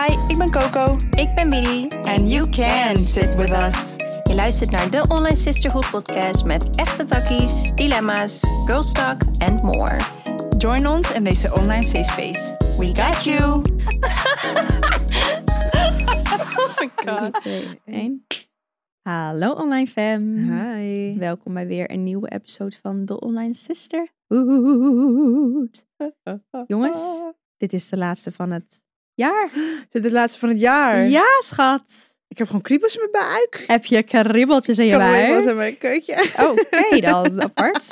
Hi, ik ben Coco. Ik ben Billy. And you can sit with us. Je luistert naar de Online Sisterhood podcast met echte takkies, dilemma's, girls talk and more. Join ons in deze online safe space. We got you. Oh my god. 3, 2, 1. Hallo online fam. Hi. Welkom bij weer een nieuwe episode van de Online Sisterhood. Jongens, dit is de laatste van het jaar. Is het de laatste van het jaar? Ja, schat. Ik heb gewoon kriebels in mijn buik. Heb je kribbeltjes in je buik? Kriebels in mijn keutje. Oké, dan apart.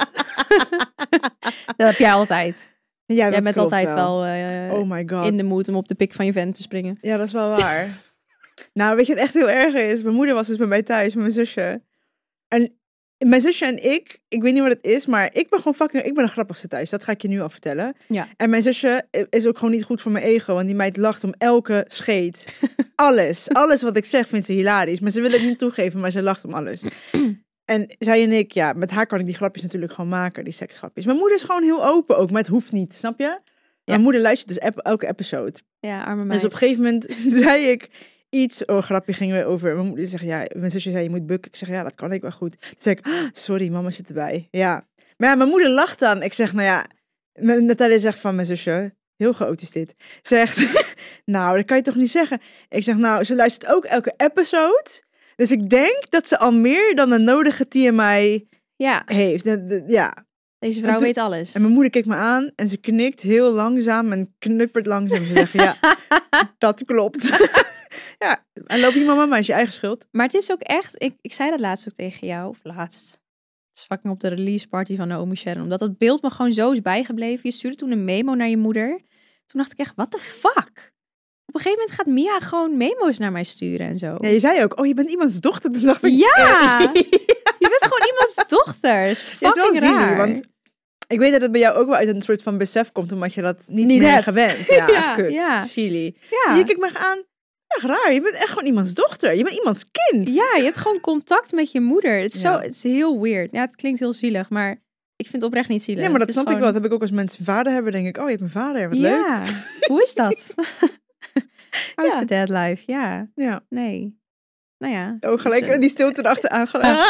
Dat heb jij altijd. Ja, Jij bent altijd wel oh my god. in de mood om op de pik van je vent te springen. Ja, dat is wel waar. Nou, weet je wat echt heel erg is? Mijn moeder was dus bij mij thuis met mijn zusje. En mijn zusje en ik weet niet wat het is, maar ik ben de grappigste thuis. Dat ga ik je nu al vertellen. Ja. En mijn zusje is ook gewoon niet goed voor mijn ego, want die meid lacht om elke scheet. Alles wat ik zeg vindt ze hilarisch. Maar ze wil het niet toegeven, maar ze lacht om alles. En zij en ik, ja, met haar kan ik die grapjes natuurlijk gewoon maken, die seksgrapjes. Mijn moeder is gewoon heel open ook, maar het hoeft niet, snap je? Ja. Mijn moeder luistert dus elke episode. Ja, arme meid. Dus op een gegeven moment zei ik iets, grapje ging weer over. Mijn moeder zegt, ja, mijn zusje zei, je moet bukken. Ik zeg, ja, dat kan ik wel goed. Toen zei ik, sorry, mama zit erbij. Ja. Maar ja, mijn moeder lacht dan. Ik zeg, nou ja, Natalia zegt van mijn zusje, heel chaotisch dit. Zegt, nou, dat kan je toch niet zeggen? Ik zeg, nou, ze luistert ook elke episode. Dus ik denk dat ze al meer dan een nodige TMI heeft. Ja. Deze vrouw weet alles. En mijn moeder kijkt me aan en ze knikt heel langzaam en knuppert langzaam. Ze zegt, ja, dat klopt. Ja, en loop je mama, maar is je eigen schuld. Maar het is ook echt, ik zei dat laatst ook tegen jou, of laatst. Het is fucking op de release party van Naomi Sharon. Omdat dat beeld me gewoon zo is bijgebleven. Je stuurde toen een memo naar je moeder. Toen dacht ik echt, what the fuck? Op een gegeven moment gaat Mia gewoon memo's naar mij sturen en zo. Ja, je zei ook, je bent iemands dochter. Toen dacht ik, ja, je bent gewoon iemands dochter. Het is fucking raar. Want ik weet dat het bij jou ook wel uit een soort van besef komt, omdat je dat niet meer hebt gewend. Ja, ja, kut. Ja. Chili. Ja. Dus je kijkt me aan. Echt raar, je bent echt gewoon iemands dochter. Je bent iemands kind. Ja, je hebt gewoon contact met je moeder. Het is, Ja. het is heel weird. Ja, het klinkt heel zielig, maar ik vind het oprecht niet zielig. Nee, maar dat Het is snap ik wel. gewoon... Dat heb ik ook als mensen vader hebben. Denk ik, je hebt een vader. Wat ja. leuk. Hoe is dat? How is the dad life? Ja. Ja. Nee. Nou ja. Gelijk Dus, die stilte erachteraan.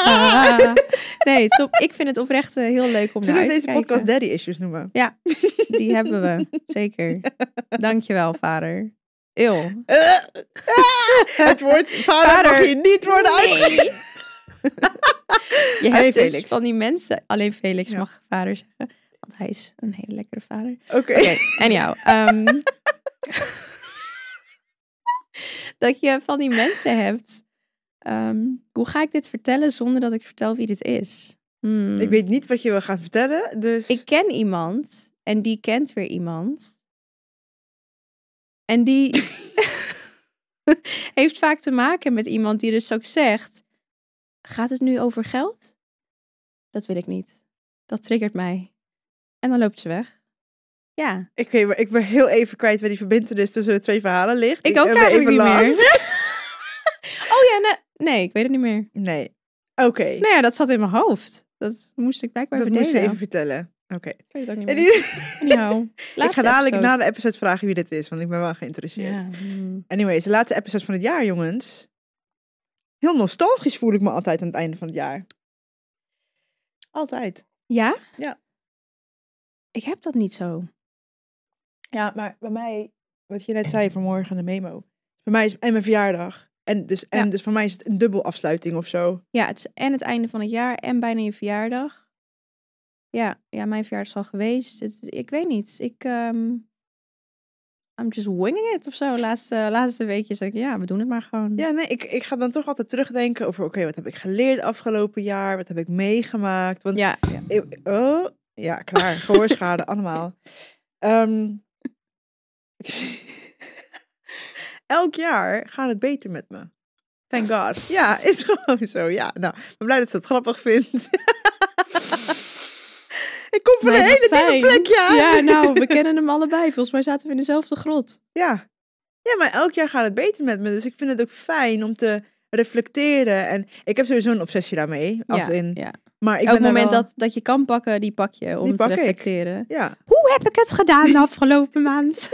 Nee, ik vind het oprecht heel leuk om Zullen naar we uit deze te kijken. podcast daddy issues noemen? Ja, die hebben we. Zeker. Dankjewel, vader. Eeuw. Het woord vader mag hier niet worden uitgegeven. Je Alleen hebt dus Felix. van die mensen... Alleen Felix mag vader zeggen. Want hij is een hele lekkere vader. Oké. Anyhow. Dat je van die mensen hebt... hoe ga ik dit vertellen zonder dat ik vertel wie dit is? Ik weet niet wat je wil gaan vertellen, dus... Ik ken iemand en die kent weer iemand. En die heeft vaak te maken met iemand die dus ook zegt... Gaat het nu over geld? Dat wil ik niet. Dat triggert mij. En dan loopt ze weg. Ja. Ik ben heel even kwijt waar die verbintenis tussen de twee verhalen ligt. Ik ook eigenlijk niet meer. Oh ja, nee, ik weet het niet meer. Nee. Oké. Nou ja, dat zat in mijn hoofd. Dat moest ik blijkbaar Dat verdelen. moest je even vertellen. Oké. Ik weet het ook niet meer. Anyhow, ik ga dadelijk na de episode vragen wie dit is, want ik ben wel geïnteresseerd. Ja. Anyways, de laatste episode van het jaar, jongens. Heel nostalgisch voel ik me altijd aan het einde van het jaar. Altijd. Ja? Ja. Ik heb dat niet zo. Ja, maar bij mij, wat je net zei vanmorgen in de memo. Bij mij is en mijn verjaardag. Dus voor mij is het een dubbel afsluiting of zo. Ja, het is en het einde van het jaar en bijna je verjaardag. Ja, mijn verjaardag is al geweest. Ik weet niet. I'm just winging it of zo. Laatste weekjes denk ik, we doen het maar gewoon. Ja, nee, ik ga dan toch altijd terugdenken over, wat heb ik geleerd afgelopen jaar? Wat heb ik meegemaakt? Want, ja, klaar. Gehoorschade, allemaal. Elk jaar gaat het beter met me. Thank God. Ja, is gewoon zo. Ja, nou, ik ben blij dat ze het grappig vindt. Ik kom van een hele diepe plekje aan. Ja, nou, we kennen hem allebei. Volgens mij zaten we in dezelfde grot. Ja. Ja, maar elk jaar gaat het beter met me. Dus ik vind het ook fijn om te reflecteren. En ik heb sowieso een obsessie daarmee. Maar ik elk ben moment dat je kan pakken, die pak je om te reflecteren. Ja. Hoe heb ik het gedaan de afgelopen maand?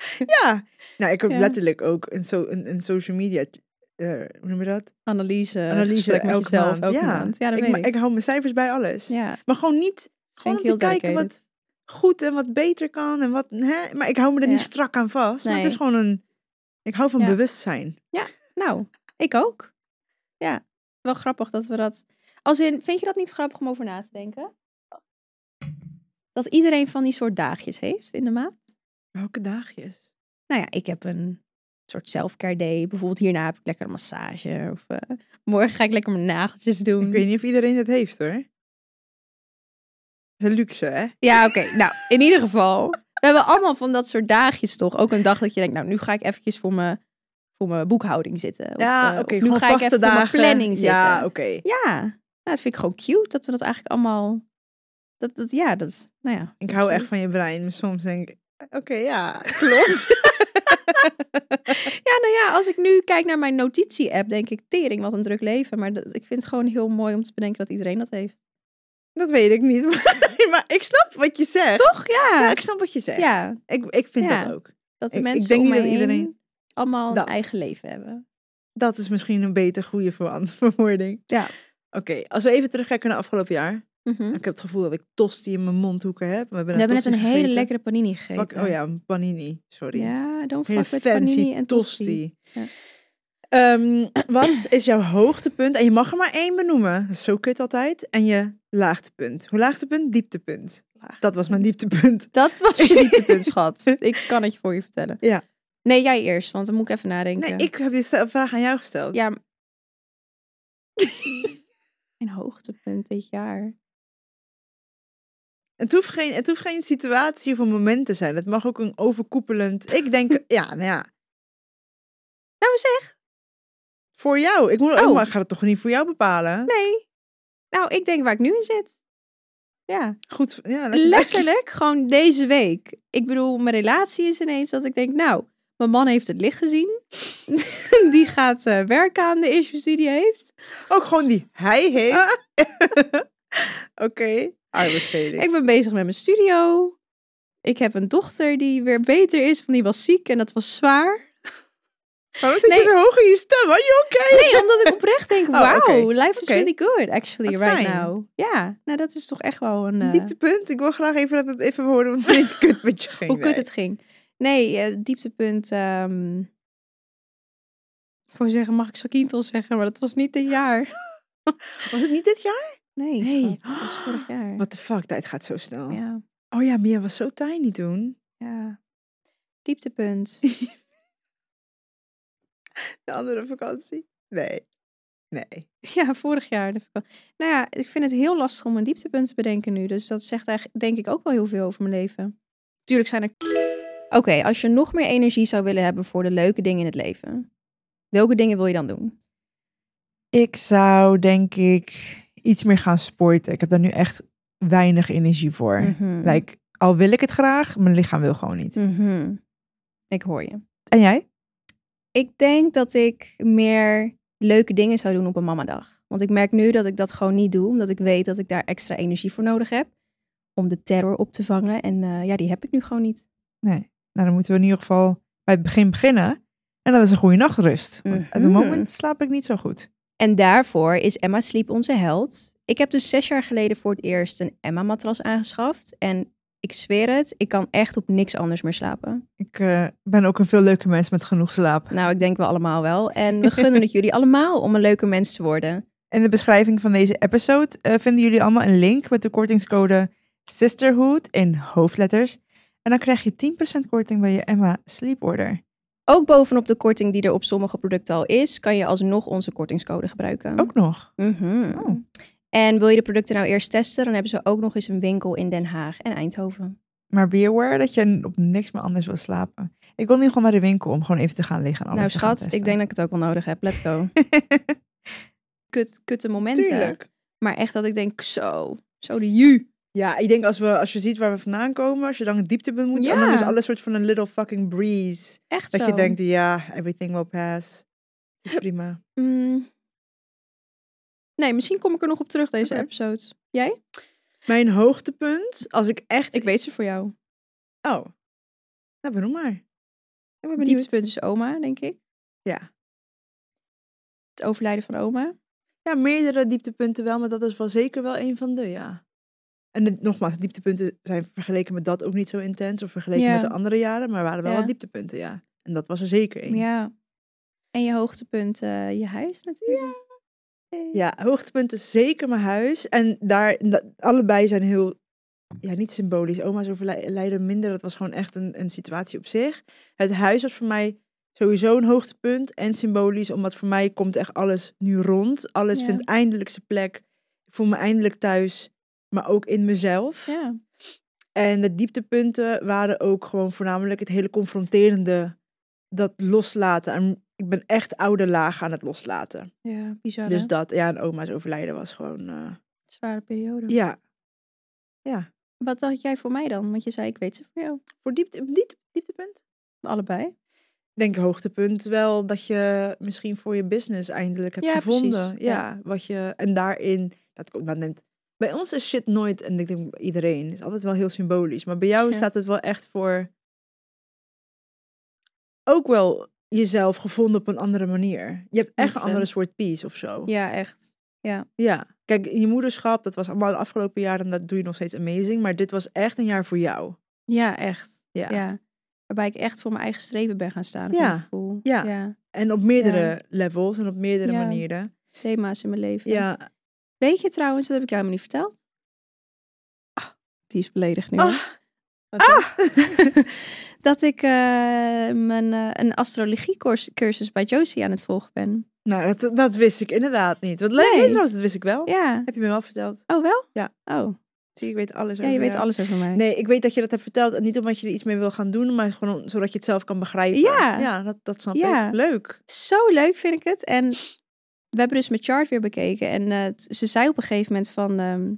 Ja. Nou, ik heb Ja. letterlijk ook een social media... hoe noem je dat? Analyse Analyse met elke jezelf, maand. elke maand. Ja, dat weet ik. Ik hou mijn cijfers bij alles. Ja, Maar gewoon niet... Gewoon vind om ik te heel kijken dedicated. wat goed en wat beter kan. En wat, hè? Maar ik hou me er niet Ja. strak aan vast. Maar het Nee. is gewoon een... Ik hou van Ja. bewustzijn. Nou, ik ook. Ja, wel grappig dat we dat... vind je dat niet grappig om over na te denken? Dat iedereen van die soort dagjes heeft in de maand? Welke dagjes? Nou ja, ik heb een soort self-care day. Bijvoorbeeld hierna heb ik lekker een massage. Of morgen ga ik lekker mijn nageltjes doen. Ik weet niet of iedereen dat heeft, hoor. Dat is een luxe, hè? Ja, oké. Nou, in ieder geval. We hebben allemaal van dat soort dagjes toch. Ook een dag dat je denkt, nou, nu ga ik eventjes voor mijn boekhouding zitten. Of, Ja, of oké. nu Gewoon ga ik vaste even voor mijn dagen. planning zitten. Ja, oké. Ja, nou, dat vind ik gewoon cute. Dat we dat eigenlijk allemaal... Nou ja. Ik hou echt van je brein. Maar soms denk ik... Oké, ja, klopt. Ja, nou ja, als ik nu kijk naar mijn notitie-app, denk ik, tering, wat een druk leven. Maar ik vind het gewoon heel mooi om te bedenken dat iedereen dat heeft. Dat weet ik niet. Maar ik snap wat je zegt. Toch? Ja. Ja, ik snap wat je zegt. Ja. Ik vind Ja. dat ook. Dat de ik mensen denk om niet mij dat heen iedereen allemaal dat. een eigen leven hebben. Dat is misschien een beter goede verwoording. Ja. Oké, als we even terugkijken naar afgelopen jaar. Mhm. Ik heb het gevoel dat ik tosti in mijn mondhoeken heb. We We hebben net een tosti hele gegeten. lekkere panini gegeten. Oh ja, een panini. Sorry. Ja, don't Hele fuck with panini en tosti. Ja. Wat is jouw hoogtepunt? En je mag er maar één benoemen. Dat is zo kut altijd. En je laagtepunt. Hoe laagtepunt? Dieptepunt. Dat was mijn dieptepunt. Dat was je dieptepunt, schat. Ik kan het je voor je vertellen. Ja. Nee, jij eerst, want dan moet ik even nadenken. Nee, ik heb een vraag aan jou gesteld. Ja. Mijn hoogtepunt dit jaar. Het hoeft geen situatie of een moment te zijn. Het mag ook een overkoepelend... Ik denk... ja, nou ja. Nou zeg. Voor jou. Ik Oh. maar ik ga het toch niet voor jou bepalen? Nee. Nou, ik denk waar ik nu in zit. Ja. Goed. Ja, Letterlijk gewoon deze week. Ik bedoel, mijn relatie is ineens dat ik denk, nou, mijn man heeft het licht gezien. Die gaat werken aan de issues die hij heeft. Ook gewoon die hij heeft. Oké. Ik ben bezig met mijn studio. Ik heb een dochter die weer beter is, want die was ziek en dat was zwaar. Waarom zit je zo hoog in je stem? Are you okay? Nee, omdat ik oprecht denk, wow, oké. life is really good, actually, Wat right fijn. now. Ja, nou dat is toch echt wel een... Dieptepunt. Ik wil graag even dat het even horen hoe niet kut met je ging. hoe kut het ging. Nee, dieptepunt... ik wou zeggen, mag ik Sakintel zeggen, maar dat was niet dit jaar. Was het niet dit jaar? Nee, Nee. schat, dat was vorig jaar. What the fuck, tijd gaat zo snel. Ja, Oh ja, Mia was zo tiny toen. ja. Dieptepunt. De andere vakantie. Nee. Ja, vorig jaar. Nou ja, ik vind het heel lastig om een dieptepunt te bedenken nu. Dus dat zegt eigenlijk, denk ik, ook wel heel veel over mijn leven. Tuurlijk zijn er... Oké, als je nog meer energie zou willen hebben voor de leuke dingen in het leven. Welke dingen wil je dan doen? Ik zou denk ik iets meer gaan sporten. Ik heb daar nu echt weinig energie voor. Mhm. Like, al wil ik het graag, mijn lichaam wil gewoon niet. Mhm. Ik hoor je. En jij? Ik denk dat ik meer leuke dingen zou doen op een mamadag. Want ik merk nu dat ik dat gewoon niet doe. Omdat ik weet dat ik daar extra energie voor nodig heb. Om de terror op te vangen. En ja, die heb ik nu gewoon niet. Nee. Nou, dan moeten we in ieder geval bij het begin beginnen. En dat is een goede nachtrust. Want op het Mhm. moment slaap ik niet zo goed. En daarvoor is Emma Sleep onze held. Ik heb dus 6 jaar geleden voor het eerst een Emma-matras aangeschaft. En ik zweer het, ik kan echt op niks anders meer slapen. Ik ben ook een veel leuke mens met genoeg slaap. Nou, ik denk we allemaal wel. En we gunnen het jullie allemaal om een leuke mens te worden. In de beschrijving van deze episode vinden jullie allemaal een link met de kortingscode Sisterhood in hoofdletters. En dan krijg je 10% korting bij je Emma Sleep Order. Ook bovenop de korting die er op sommige producten al is, kan je alsnog onze kortingscode gebruiken. Ook nog. Mhm. Oh. En wil je de producten nou eerst testen, dan hebben ze ook nog eens een winkel in Den Haag en Eindhoven. Maar be aware dat je op niks meer anders wil slapen. Ik wil nu gewoon naar de winkel om gewoon even te gaan liggen en alles Nou te gaan schat, testen. ik denk dat ik het ook wel nodig heb. Let's go. Kutte momenten. Tuurlijk. Maar echt dat ik denk, zo de ju. Ja, ik denk als je ziet waar we vandaan komen, als je dan een dieptepunt moet, Ja. en dan is alles soort van een little fucking breeze. Echt Dat zo. je denkt, ja, everything will pass. Het is prima. Nee, misschien kom ik er nog op terug deze Oké. episode. Jij? Mijn hoogtepunt, als ik echt... Ik weet ze voor jou. Oh, nou benoem maar. Ik ben benieuwd. Dieptepunt is oma, denk ik. Ja. Het overlijden van oma. Ja, meerdere dieptepunten wel, maar dat is wel zeker wel een van de, ja. En nogmaals, dieptepunten zijn vergeleken met dat ook niet zo intens. Of vergeleken met de andere jaren, maar waren wel Ja. wat dieptepunten, ja. En dat was er zeker één. Ja. En je hoogtepunt, je huis natuurlijk. Ja, hoogtepunten zeker mijn huis. En daar, allebei zijn heel, ja, niet symbolisch. Oma's overlijden minder, dat was gewoon echt een situatie op zich. Het huis was voor mij sowieso een hoogtepunt en symbolisch, omdat voor mij komt echt alles nu rond. Alles Ja. vindt eindelijk zijn plek. Ik voel me eindelijk thuis, maar ook in mezelf. Ja. En de dieptepunten waren ook gewoon voornamelijk het hele confronterende, dat loslaten. En ik ben echt oude lagen aan het loslaten. Ja, bizar. Dus hè? dat, ja, en oma's overlijden was gewoon, Zware periode. ja. Ja. Wat had jij voor mij dan? Want je zei, ik weet ze voor jou. Voor dieptepunt? Allebei. Ik denk hoogtepunt wel dat je misschien voor je business eindelijk hebt Ja, gevonden. precies. Ja, wat je, en daarin, dat neemt, bij ons is shit nooit, en ik denk bij iedereen, is altijd wel heel symbolisch. Maar bij jou Ja. staat het wel echt voor, ook wel jezelf gevonden op een andere manier. Je hebt echt een 100%. andere soort peace of zo. Ja, echt. Ja. Ja. Kijk, in je moederschap, dat was allemaal de afgelopen jaren en dat doe je nog steeds amazing. Maar dit was echt een jaar voor jou. Ja, echt. Ja. Ja. Waarbij ik echt voor mijn eigen streven ben gaan staan. Op Ja. mijn gevoel. Ja. Ja. En op meerdere levels en op meerdere Ja. manieren. Thema's in mijn leven. Ja. Weet je trouwens, dat heb ik jou helemaal niet verteld. Ah, die is beledigd nu. Ah. Dat ik een astrologiecursus bij Josie aan het volgen ben. Nou, dat wist ik inderdaad niet. Wat leuk. Nee. Nee, trouwens, dat wist ik wel. Ja. Heb je me wel verteld. Oh, wel? Ja. Oh. Zie, ik weet alles Ja, over je weet jou. alles over mij. Nee, ik weet dat je dat hebt verteld. En niet omdat je er iets mee wil gaan doen, maar gewoon zodat je het zelf kan begrijpen. Ja. Ja, dat snap Ja. ik. Leuk. Zo leuk vind ik het. En we hebben dus mijn chart weer bekeken. En ze zei op een gegeven moment van...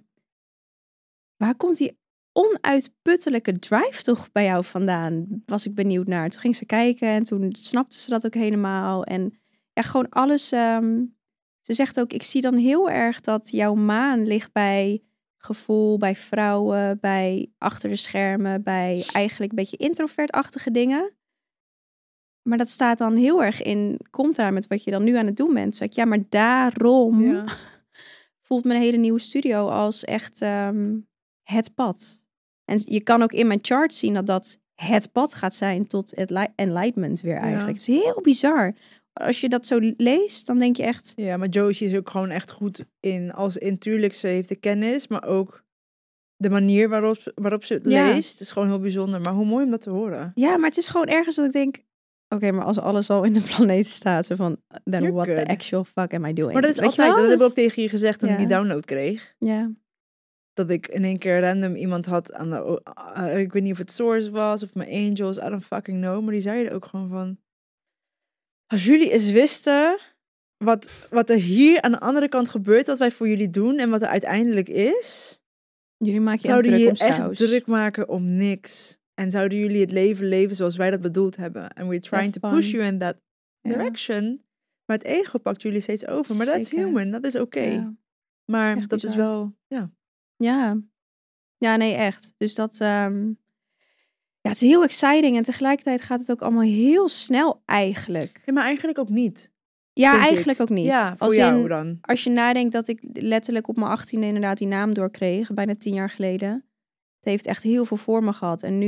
waar komt die onuitputtelijke drive toch bij jou vandaan? Was ik benieuwd naar. Toen ging ze kijken en toen snapte ze dat ook helemaal. En ja, gewoon alles... ze zegt ook, ik zie dan heel erg dat jouw maan ligt bij gevoel, bij vrouwen, bij achter de schermen, bij eigenlijk een beetje introvertachtige dingen. Maar dat staat dan heel erg in, komt daar met wat je dan nu aan het doen bent. Zeg ik, ja, maar daarom voelt mijn hele nieuwe studio als echt het pad. En je kan ook in mijn chart zien dat dat het pad gaat zijn tot enlightenment weer eigenlijk. Het is heel bizar. Als je dat zo leest, dan denk je echt... Ja, maar Josie is ook gewoon echt goed in tuurlijk, ze heeft de kennis, maar ook de manier waarop ze het leest. is gewoon heel bijzonder. Maar hoe mooi om dat te horen. Ja, maar het is gewoon ergens dat ik denk... Oké, maar als alles al in de planeet staat, zo van... Then You're what good. the actual fuck am I doing? Maar dat is Weet je altijd, wel? dat heb ik Dus- ook tegen je gezegd toen ik die download kreeg. Ja. Dat ik in één keer random iemand had aan de... ik weet niet of het Source was of mijn angels, I don't fucking know. Maar die zeiden ook gewoon van... Als jullie eens wisten wat er hier aan de andere kant gebeurt, wat wij voor jullie doen en wat er uiteindelijk is... Jullie maken je Zouden druk je om echt saus. druk maken om niks. En zouden jullie het leven leven zoals wij dat bedoeld hebben. And we're trying to push you in that direction. Maar het ego pakt jullie steeds over. Maar dat is Zeker. human, dat is oké. Ja. Maar Echt dat is bizar. wel, ja. Ja. Ja, nee, echt. Dus dat... ja, het is heel exciting. En tegelijkertijd gaat het ook allemaal heel snel eigenlijk. Ja, maar eigenlijk ook niet. Ja, denk eigenlijk ik. ook niet. Ja, voor Als jou in, dan. als je nadenkt dat ik letterlijk op mijn 18e inderdaad die naam doorkreeg. Bijna 10 jaar geleden. Het heeft echt heel veel voor me gehad. En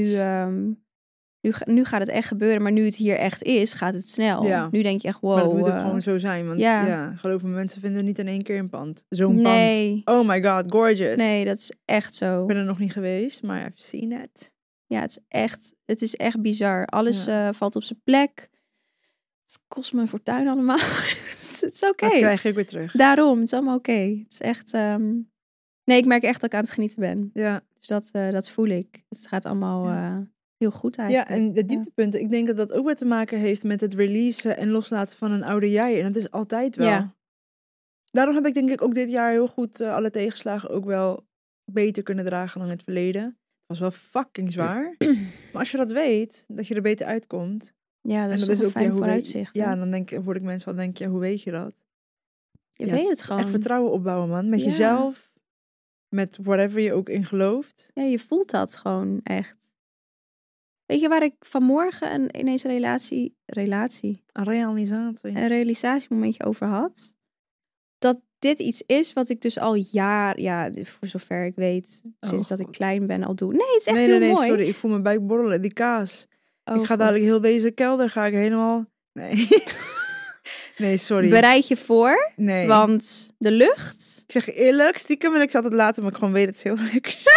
nu gaat het echt gebeuren. Maar nu het hier echt is, gaat het snel. Ja. Nu denk je echt, wow. Maar dat moet ook gewoon zo zijn. Want ja. ja, geloof me, mensen vinden niet in één keer een pand. Zo'n Nee. pand. Oh my god, gorgeous. Nee, dat is echt zo. Ik ben er nog niet geweest, maar I've seen it. Ja, het is echt bizar. Alles valt op zijn plek. Het kost me een fortuin allemaal. Het is oké. Dat krijg je ook weer terug. Daarom, het is allemaal oké. Het is echt... Nee, ik merk echt dat ik aan het genieten ben. Ja. Dus dat voel ik. Het gaat allemaal heel goed Ja, eigenlijk. en de dieptepunten, ik denk dat dat ook weer te maken heeft met het releasen en loslaten van een oude jij. En dat is altijd wel. Ja. Daarom heb ik denk ik ook dit jaar heel goed alle tegenslagen ook wel beter kunnen dragen dan in het verleden. Het was wel fucking zwaar. Maar als je dat weet, dat je er beter uitkomt. Ja, dat en is dat toch een fijn hoe vooruitzicht. Ja, hè? dan hoor ik mensen al denken, ja, hoe weet je dat? Je Ja, weet het gewoon. Echt vertrouwen opbouwen, man. Met Ja. jezelf, met whatever je ook in gelooft. Ja, je voelt dat gewoon echt. Weet je waar ik vanmorgen ineens een Realisatie. een realisatiemomentje over had? Dat dit iets is wat ik dus al voor zover ik weet, sinds dat ik God. klein ben al doe. Nee, het is echt Nee, heel mooi. sorry. Ik voel mijn buik borrelen. Die kaas. Oh, ik ga God. dadelijk heel deze kelder helemaal... Nee. Nee, sorry. Bereid je voor, Nee. want de lucht... Ik zeg je eerlijk, stiekem wil ik ze altijd laten, maar ik gewoon weet dat ze heel lekker is.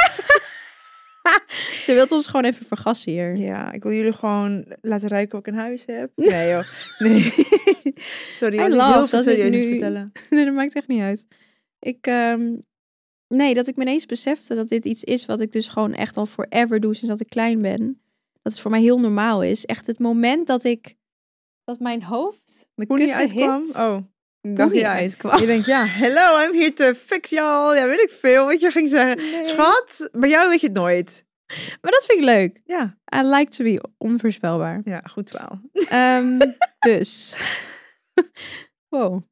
Ze wilt ons gewoon even vergassen hier. Ja, ik wil jullie gewoon laten ruiken wat ik in huis heb. Nee joh. Nee. Sorry, I ik was iets love heel veel dat dit serieus nu- te vertellen. Nee, dat maakt echt niet uit. Nee, dat ik me ineens besefte dat dit iets is wat ik dus gewoon echt al forever doe sinds dat ik klein ben. Dat het voor mij heel normaal is. Echt het moment dat mijn hoofd mijn Hoe niet kussen uitkwam? hit. Oh. Hoe Dacht niet jij. uitkwam. Je denkt, ja, hello, I'm here to fix y'all. Ja, weet ik veel wat je ging zeggen. Nee. Schat, bij jou weet je het nooit. Maar dat vind ik leuk. Ja, I like to be onvoorspelbaar. ja, goed verhaal. Dus. Wow.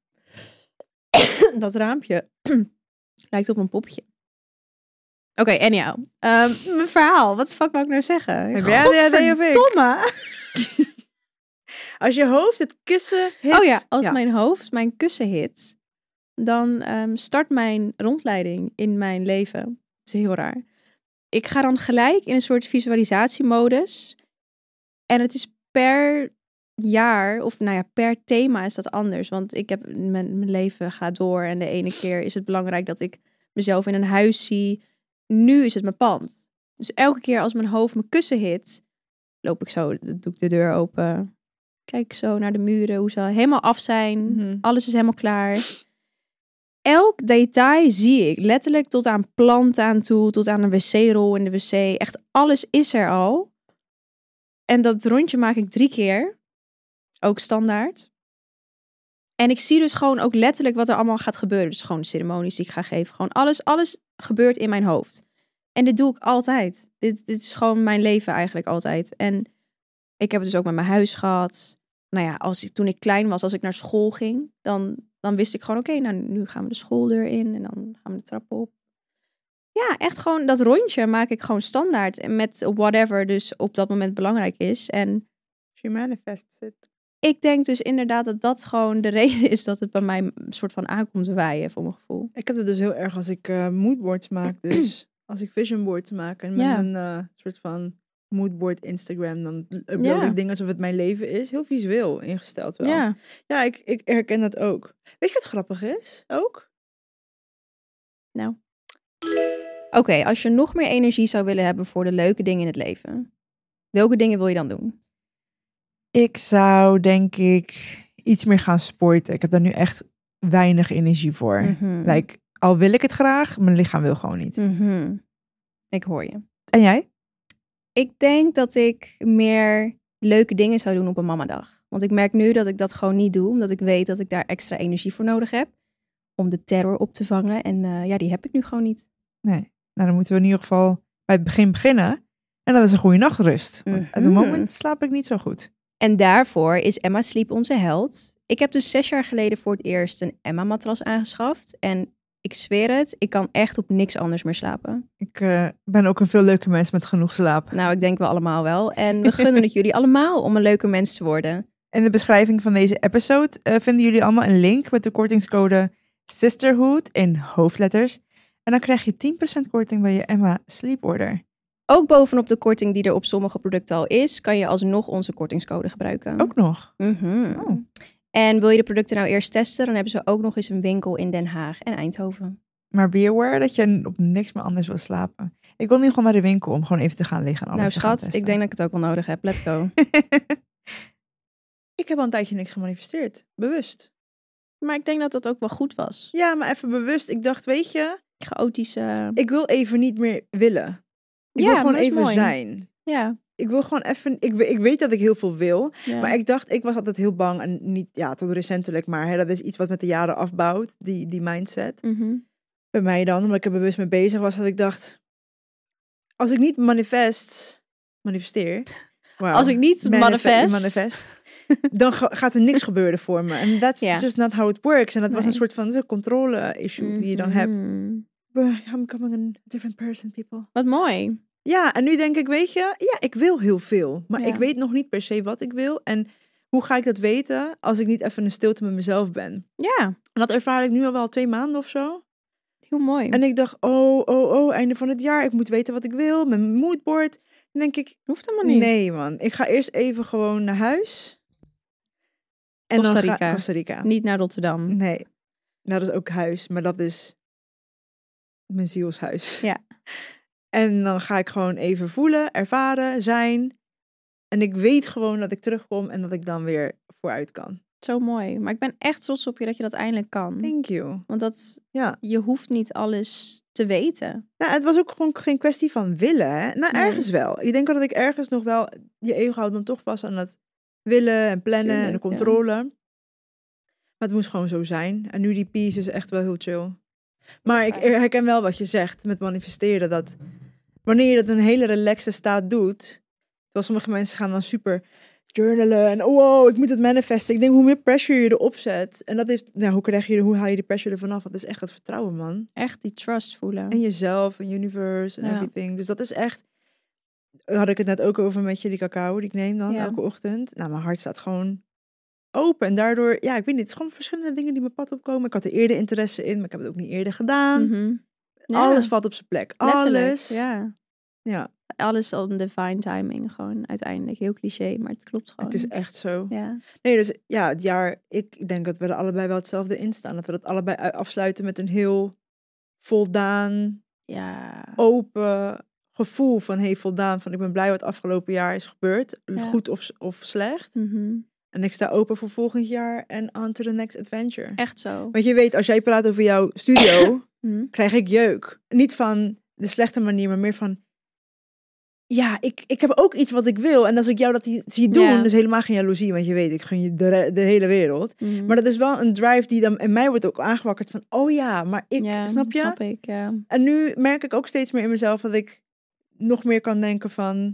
Dat raampje lijkt op een popje. Oké, anyhow. Mijn verhaal. Wat de fuck wou ik nou zeggen? Heb jij ADHD of ik? Godverdomme. Als je hoofd het kussen hit. Oh ja, als mijn hoofd mijn kussen hit, dan start mijn rondleiding in mijn leven. Dat is heel raar. Ik ga dan gelijk in een soort visualisatiemodus. En het is per jaar, of nou ja, per thema is dat anders. Want ik heb, mijn leven gaat door en de ene keer is het belangrijk dat ik mezelf in een huis zie. Nu is het mijn pand. Dus elke keer als mijn hoofd mijn kussen hit, loop ik zo, doe ik de deur open. Kijk zo naar de muren, hoe ze helemaal af zijn. Mhm. Alles is helemaal klaar. Elk detail zie ik. Letterlijk tot aan planten aan toe, tot aan een wc-rol in de wc. Echt alles is er al. En dat rondje maak ik 3 keer. Ook standaard. En ik zie dus gewoon ook letterlijk wat er allemaal gaat gebeuren. Dus gewoon de ceremonies die ik ga geven. Gewoon alles gebeurt in mijn hoofd. En dit doe ik altijd. Dit is gewoon mijn leven eigenlijk altijd. En ik heb het dus ook met mijn huis gehad. Nou ja, toen ik klein was, als ik naar school ging, dan wist ik gewoon, oké, nou nu gaan we de schooldeur in en dan gaan we de trap op. Ja, echt gewoon dat rondje maak ik gewoon standaard. En met whatever dus op dat moment belangrijk is. En She manifests it. ik denk dus inderdaad dat dat gewoon de reden is dat het bij mij een soort van aankomt te waaien, voor mijn gevoel. Ik heb het dus heel erg als ik moodboards maak. Dus als ik vision boards maak en met Ja. een soort van moodboard Instagram, dan upload Ja. ik dingen alsof het mijn leven is. Heel visueel ingesteld wel. Ja. Ja, ik herken dat ook. Weet je wat grappig is? Ook? Nou. Oké, als je nog meer energie zou willen hebben voor de leuke dingen in het leven, welke dingen wil je dan doen? Ik zou denk ik iets meer gaan sporten. Ik heb daar nu echt weinig energie voor. Mhm. Like, al wil ik het graag, mijn lichaam wil gewoon niet. Mhm. Ik hoor je. En jij? Ik denk dat ik meer leuke dingen zou doen op een mamadag. Want ik merk nu dat ik dat gewoon niet doe, omdat ik weet dat ik daar extra energie voor nodig heb om de terror op te vangen. En ja, die heb ik nu gewoon niet. Nee. Nou, dan moeten we in ieder geval bij het begin beginnen. En dat is een goede nachtrust. Want op het Mhm. moment slaap ik niet zo goed. En daarvoor is Emma Sleep onze held. Ik heb dus 6 jaar geleden voor het eerst een Emma-matras aangeschaft. En ik zweer het, ik kan echt op niks anders meer slapen. Ik ben ook een veel leuke mens met genoeg slaap. Nou, ik denk we allemaal wel. En we gunnen het jullie allemaal om een leuke mens te worden. In de beschrijving van deze episode vinden jullie allemaal een link met de kortingscode Sisterhood in hoofdletters. En dan krijg je 10% korting bij je Emma Sleep Order. Ook bovenop de korting die er op sommige producten al is, kan je alsnog onze kortingscode gebruiken. Ook nog. Mhm. Oh. En wil je de producten nou eerst testen, dan hebben ze ook nog eens een winkel in Den Haag en Eindhoven. Maar be aware dat je op niks meer anders wil slapen. Ik wil nu gewoon naar de winkel om gewoon even te gaan liggen en alles Nou te gaan schat, testen. ik denk dat ik het ook wel nodig heb. Let's go. Ik heb al een tijdje niks gemanifesteerd. Bewust. Maar ik denk dat dat ook wel goed was. Ja, maar even bewust. Ik dacht, weet je, Chaotische... ik wil even niet meer willen. Ik Ja, wil gewoon maar dat is even mooi. zijn. Ja. Ik wil gewoon even... Ik weet dat ik heel veel wil. Ja. Maar ik dacht, ik was altijd heel bang. En niet, ja, tot recentelijk. Maar hè, dat is iets wat met de jaren afbouwt. Die mindset. Mhm. Bij mij dan, omdat ik er bewust mee bezig was. Dat ik dacht, als ik niet manifesteer. Wow. Als ik niet manifest. Dan gaat er niks gebeuren voor me. En that's Ja. just not how it works. En dat was Nee. een soort van controle issue die je dan hebt. Mhm. I'm becoming a different person, people. Wat mooi. Ja, en nu denk ik, weet je, ja, ik wil heel veel. Maar Ja. ik weet nog niet per se wat ik wil. En hoe ga ik dat weten als ik niet even in stilte met mezelf ben? Ja, En dat ervaar ik nu al wel 2 maanden of zo. heel mooi. En ik dacht, einde van het jaar. Ik moet weten wat ik wil. Mijn moodboard. Dan denk ik, Hoeft helemaal niet. nee man. Ik ga eerst even gewoon naar huis. En Costa dan Rica. Costa Rica. Niet naar Rotterdam. Nee. Nou, dat is ook huis. Maar dat is mijn zielshuis. Ja. En dan ga ik gewoon even voelen, ervaren, zijn. En ik weet gewoon dat ik terugkom en dat ik dan weer vooruit kan. Zo mooi. Maar ik ben echt trots op je dat je dat eindelijk kan. Thank you. Want Ja. je hoeft niet alles te weten. Nou, het was ook gewoon geen kwestie van willen, hè? Nou, Nee. ergens wel. Ik denk dat ik ergens nog wel... Je ego houdt dan toch vast aan het willen en plannen en de Tuurlijk, ja. controle. Maar het moest gewoon zo zijn. En nu die peace is echt wel heel chill. Maar ik Fijn. herken wel wat je zegt met manifesteren. Dat wanneer je dat in een hele relaxte staat doet... Terwijl sommige mensen gaan dan super journalen. En wow, ik moet het manifesten. Ik denk, hoe meer pressure je erop zet. En dat is, nou, hoe haal je die pressure ervan af? Dat is echt het vertrouwen, man. Echt die trust voelen. En jezelf, en universe, en Ja. everything. Dus dat is echt... Had ik het net ook over met je, die cacao die ik neem dan Ja. elke ochtend. Nou, mijn hart staat gewoon open. En daardoor, ja, ik weet niet, het is gewoon verschillende dingen die mijn pad opkomen. Ik had er eerder interesse in, maar ik heb het ook niet eerder gedaan. Mhm. Ja, Alles valt op zijn plek. letterlijk, Alles. Ja. Ja, Alles on divine timing gewoon uiteindelijk. Heel cliché, maar het klopt gewoon. het is echt zo. Ja. Nee, dus ja, het jaar, ik denk dat we er allebei wel hetzelfde in staan. Dat we dat allebei afsluiten met een heel voldaan, Ja. open gevoel van hey, voldaan. Van ik ben blij wat afgelopen jaar is gebeurd. Ja. Goed of slecht. Mhm. En ik sta open voor volgend jaar en on to the next adventure. Echt zo. Want je weet, als jij praat over jouw studio, Mhm. krijg ik jeuk. Niet van de slechte manier, maar meer van... Ja, ik heb ook iets wat ik wil. En als ik jou dat zie doen, Ja. dus helemaal geen jaloezie. Want je weet, ik gun je de hele wereld. Mhm. Maar dat is wel een drive die dan in mij wordt ook aangewakkerd van... Oh ja, maar ik, Ja, snap je? Snap ik, ja. En nu merk ik ook steeds meer in mezelf dat ik nog meer kan denken van...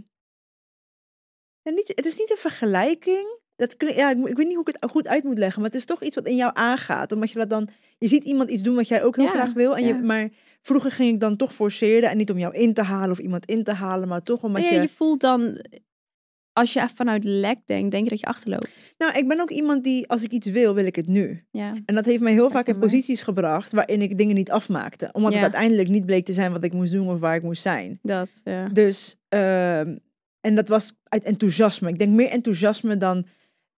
Ja, het is niet een vergelijking. Ja, ik weet niet hoe ik het goed uit moet leggen. Maar het is toch iets wat in jou aangaat. Omdat je dat dan... Je ziet iemand iets doen wat jij ook heel Ja, graag wil. En ja. maar vroeger ging ik dan toch forceren. En niet om jou in te halen of iemand in te halen. Maar toch omdat Ja, je voelt dan, als je vanuit lek denkt, denk je dat je achterloopt. Nou, ik ben ook iemand die, als ik iets wil ik het nu. Ja. En dat heeft mij heel vaak in Herkenbaar. posities gebracht waarin ik dingen niet afmaakte. Omdat Ja. het uiteindelijk niet bleek te zijn wat ik moest doen of waar ik moest zijn. Dat, ja. Dus, en dat was uit enthousiasme. Ik denk meer enthousiasme dan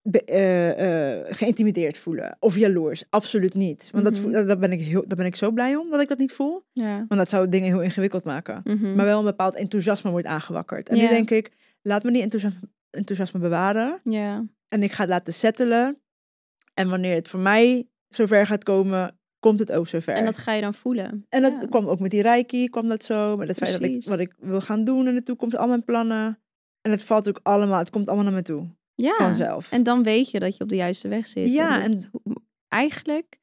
geïntimideerd voelen. Of jaloers. Absoluut niet. Want Mhm. daar ben ik zo blij om dat ik dat niet voel. Ja. Want dat zou dingen heel ingewikkeld maken. Mhm. Maar wel een bepaald enthousiasme wordt aangewakkerd. En Ja. nu denk ik, laat me die enthousiasme bewaren. Ja. En ik ga het laten settelen. En wanneer het voor mij zover gaat komen, komt het ook zover. En dat ga je dan voelen. En dat Ja. kwam ook met die reiki, kwam dat zo. Met het feit dat ik Precies. wat ik wil gaan doen in de toekomst, al mijn plannen. En het valt ook allemaal, het komt allemaal naar me toe. Ja. Vanzelf. En dan weet je dat je op de juiste weg zit. Ja, En eigenlijk,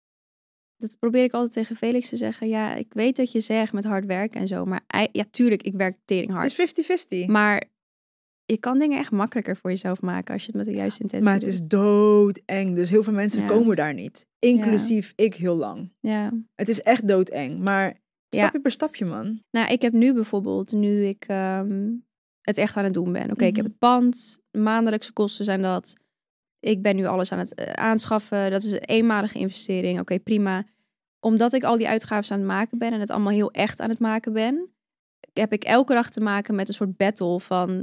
dat probeer ik altijd tegen Felix te zeggen. Ja, ik weet dat je zegt met hard werken en zo. Maar ja, tuurlijk, ik werk tering hard. Het is 50-50. Maar je kan dingen echt makkelijker voor jezelf maken als je het met de juiste intentie Maar het doet. is doodeng. Dus heel veel mensen Ja. komen daar niet. Inclusief ik heel lang. Ja. Het is echt doodeng. Maar stapje per stapje, man. Nou, ik heb nu bijvoorbeeld, nu ik het echt aan het doen ben. Oké, ik heb Mhm. het pand, maandelijkse kosten zijn dat. Ik ben nu alles aan het aanschaffen. Dat is een eenmalige investering. Oké, prima. Omdat ik al die uitgaven aan het maken ben en het allemaal heel echt aan het maken ben, heb ik elke dag te maken met een soort battle van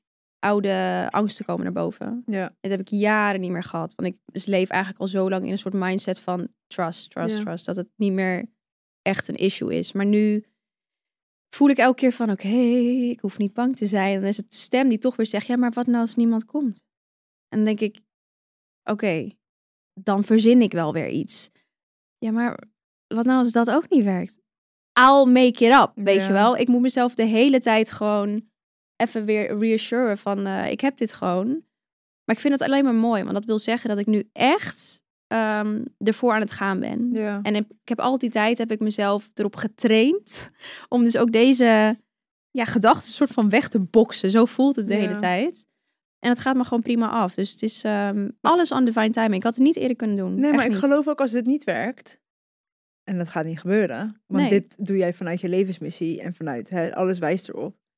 oude angsten komen naar boven. Ja. Dat heb ik jaren niet meer gehad. Want ik leef eigenlijk al zo lang in een soort mindset van trust. Ja. Dat het niet meer echt een issue is. Maar nu voel ik elke keer van oké, ik hoef niet bang te zijn. En dan is het de stem die toch weer zegt, ja, maar wat nou als niemand komt? En dan denk ik, oké, dan verzin ik wel weer iets. Ja, maar wat nou als dat ook niet werkt? I'll make it up, weet Ja. je wel? Ik moet mezelf de hele tijd gewoon even weer reassuren van ik heb dit gewoon. Maar ik vind het alleen maar mooi, want dat wil zeggen dat ik nu echt ervoor aan het gaan ben. Ja. En ik heb al die tijd heb ik mezelf erop getraind om dus ook deze gedachten soort van weg te boksen. Zo voelt het de Ja. hele tijd. En het gaat me gewoon prima af. Dus het is alles on divine timing. Ik had het niet eerder kunnen doen. Nee, Echt maar ik niet. geloof ook als dit niet werkt. En dat gaat niet gebeuren. Want Nee. dit doe jij vanuit je levensmissie. En vanuit alles wijst erop.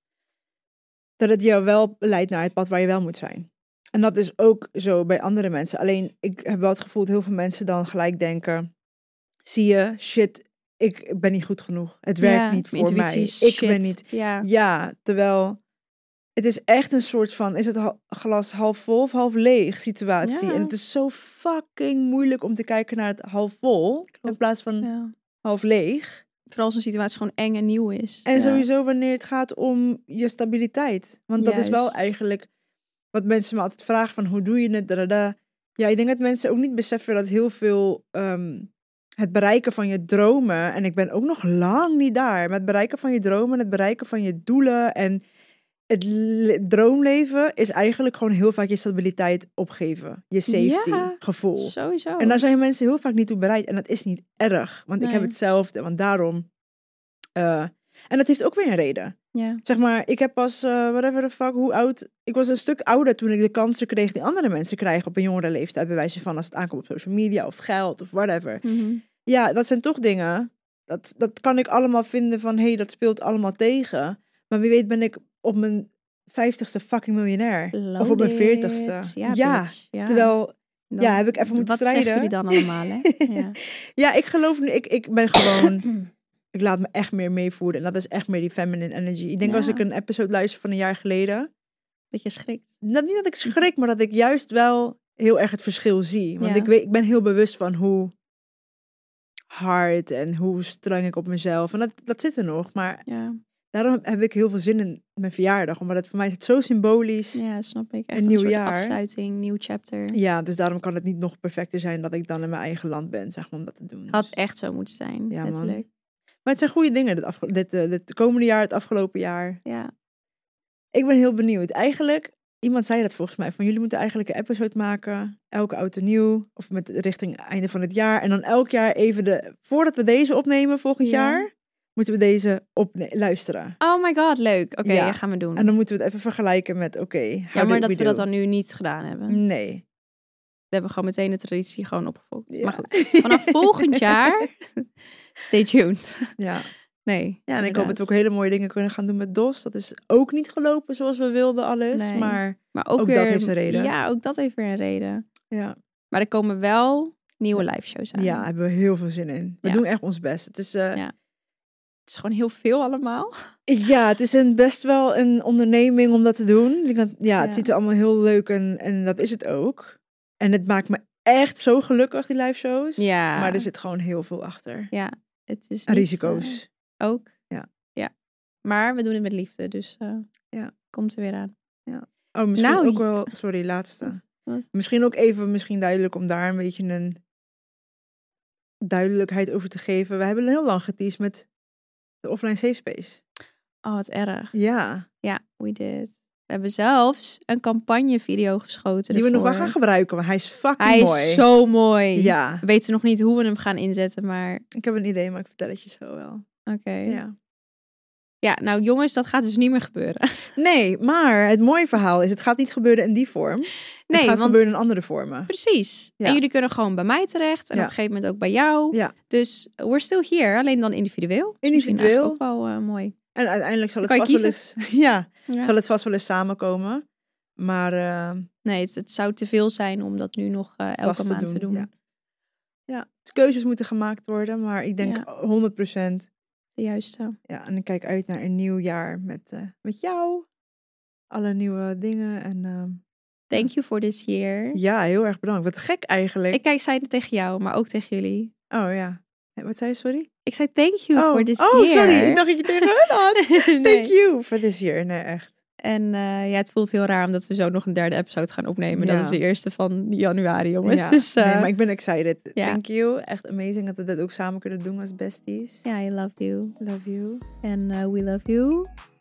dat het jou wel leidt naar het pad waar je wel moet zijn. En dat is ook zo bij andere mensen. Alleen, ik heb wel het gevoel dat heel veel mensen dan gelijk denken, zie je, shit, ik ben niet goed genoeg. Het werkt niet voor mij. Ik ben niet... Ja, terwijl het is echt een soort van, is het glas half vol of half leeg situatie. Ja. En het is zo fucking moeilijk om te kijken naar het half vol, in plaats van half leeg. Vooral als een situatie gewoon eng en nieuw is. En sowieso wanneer het gaat om je stabiliteit. Want dat is wel eigenlijk wat mensen me altijd vragen van, hoe doe je het? Ja, ik denk dat mensen ook niet beseffen dat heel veel het bereiken van je dromen, en ik ben ook nog lang niet daar, maar het bereiken van je dromen, het bereiken van je doelen en het droomleven is eigenlijk gewoon heel vaak je stabiliteit opgeven. Je safety gevoel. Sowieso. En daar zijn mensen heel vaak niet toe bereid. En dat is niet erg. Want ik heb hetzelfde. Want daarom... en dat heeft ook weer een reden. Ja. Zeg maar, ik heb pas, whatever the fuck, hoe oud... Ik was een stuk ouder toen ik de kansen kreeg die andere mensen krijgen op een jongere leeftijd. Bij wijze van als het aankomt op social media of geld of whatever. Mm-hmm. Ja, dat zijn toch dingen. Dat kan ik allemaal vinden van, hey, dat speelt allemaal tegen. Maar wie weet ben ik op mijn 50ste fucking miljonair. Of op mijn 40ste. Ja. Terwijl, heb ik even moeten strijden. Wat zeggen jullie dan allemaal, hè? Ja, ik geloof nu, ik ben gewoon... Ik laat me echt meer meevoeren. En dat is echt meer die feminine energy. Ik denk als ik een episode luister van een jaar geleden... Dat je schrikt. Niet dat ik schrik, maar dat ik juist wel heel erg het verschil zie. Want ik ben heel bewust van hoe hard en hoe streng ik op mezelf. En dat zit er nog, maar... Daarom heb ik heel veel zin in mijn verjaardag. Omdat het voor mij is het zo symbolisch. Ja, snap ik. Echt een nieuw soort jaar. Afsluiting, nieuw chapter. Ja, dus daarom kan het niet nog perfecter zijn dat ik dan in mijn eigen land ben, zeg maar, om dat te doen. Had echt zo moeten zijn, letterlijk. Maar het zijn goede dingen dit komende jaar, het afgelopen jaar. Ja. Ik ben heel benieuwd. Eigenlijk, iemand zei dat volgens mij, van jullie moeten eigenlijk een episode maken, elke oud en nieuw, of met richting einde van het jaar. En dan elk jaar even voordat we deze opnemen volgend jaar... moeten we deze luisteren. Oh my god, leuk. Oké, gaan we doen. En dan moeten we het even vergelijken met, maar dat we dat dan nu niet gedaan hebben. Nee. We hebben gewoon meteen de traditie gewoon opgevolgd. Ja. Maar goed, vanaf volgend jaar, stay tuned. Ja. Nee. Ja, en inderdaad. Ik hoop dat we ook hele mooie dingen kunnen gaan doen met DOS. Dat is ook niet gelopen zoals we wilden alles. Nee. Maar ook weer, dat heeft een reden. Ja, ook dat heeft weer een reden. Ja. Maar er komen wel nieuwe live shows aan. Ja, daar hebben we heel veel zin in. We doen echt ons best. Het is... Het is gewoon heel veel allemaal. Ja, het is best wel een onderneming om dat te doen. Het ziet er allemaal heel leuk en dat is het ook. En het maakt me echt zo gelukkig, die live shows. Ja. Maar er zit gewoon heel veel achter. Ja, het is niet, risico's. Ook. Ja. Maar we doen het met liefde, dus komt er weer aan. Ja. Oh, misschien ook wel... Sorry, laatste. Wat? Misschien ook even duidelijk om daar een beetje een duidelijkheid over te geven. We hebben heel lang geteased met de offline safe space. Oh, wat erg. Ja. Ja, we did. We hebben zelfs een campagnevideo geschoten. Die we nog wel gaan gebruiken, maar hij is fucking mooi. Hij is zo mooi. Ja. We weten nog niet hoe we hem gaan inzetten, maar... Ik heb een idee, maar ik vertel het je zo wel. Oké. Ja. Ja, nou jongens, dat gaat dus niet meer gebeuren. Nee, maar het mooie verhaal is, het gaat niet gebeuren in die vorm. Het gaat gebeuren in andere vormen. Precies. Ja. En jullie kunnen gewoon bij mij terecht. En op een gegeven moment ook bij jou. Ja. Dus we're still here, alleen dan individueel. Individueel. Ook wel mooi. En uiteindelijk zal het vast wel eens... zal het vast wel eens samenkomen. Maar... nee, het zou te veel zijn om dat nu nog elke maand te doen. Ja, keuzes moeten gemaakt worden. Maar ik denk 100%... de juiste. Ja, en ik kijk uit naar een nieuw jaar met jou. Alle nieuwe dingen en... Thank you for this year. Ja, heel erg bedankt. Wat gek eigenlijk. Ik zei het tegen jou, maar ook tegen jullie. Oh ja. Wat zei je, sorry? Ik zei thank you for this year. Oh, sorry. Ik dacht dat je tegen hun had. Nee. Thank you for this year. Nee, echt. En het voelt heel raar omdat we zo nog een derde episode gaan opnemen. Ja. Dat is de eerste van januari, jongens. Ja. Dus, nee, maar ik ben excited. Ja. Thank you. Echt amazing dat we dat ook samen kunnen doen als besties. Ja, I love you. Love you. En we love you.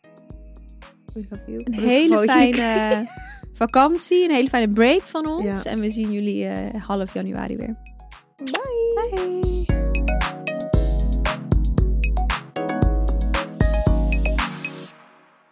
We love you. Een hele fijne vakantie. Een hele fijne break van ons. Ja. En we zien jullie half januari weer. Bye. Bye.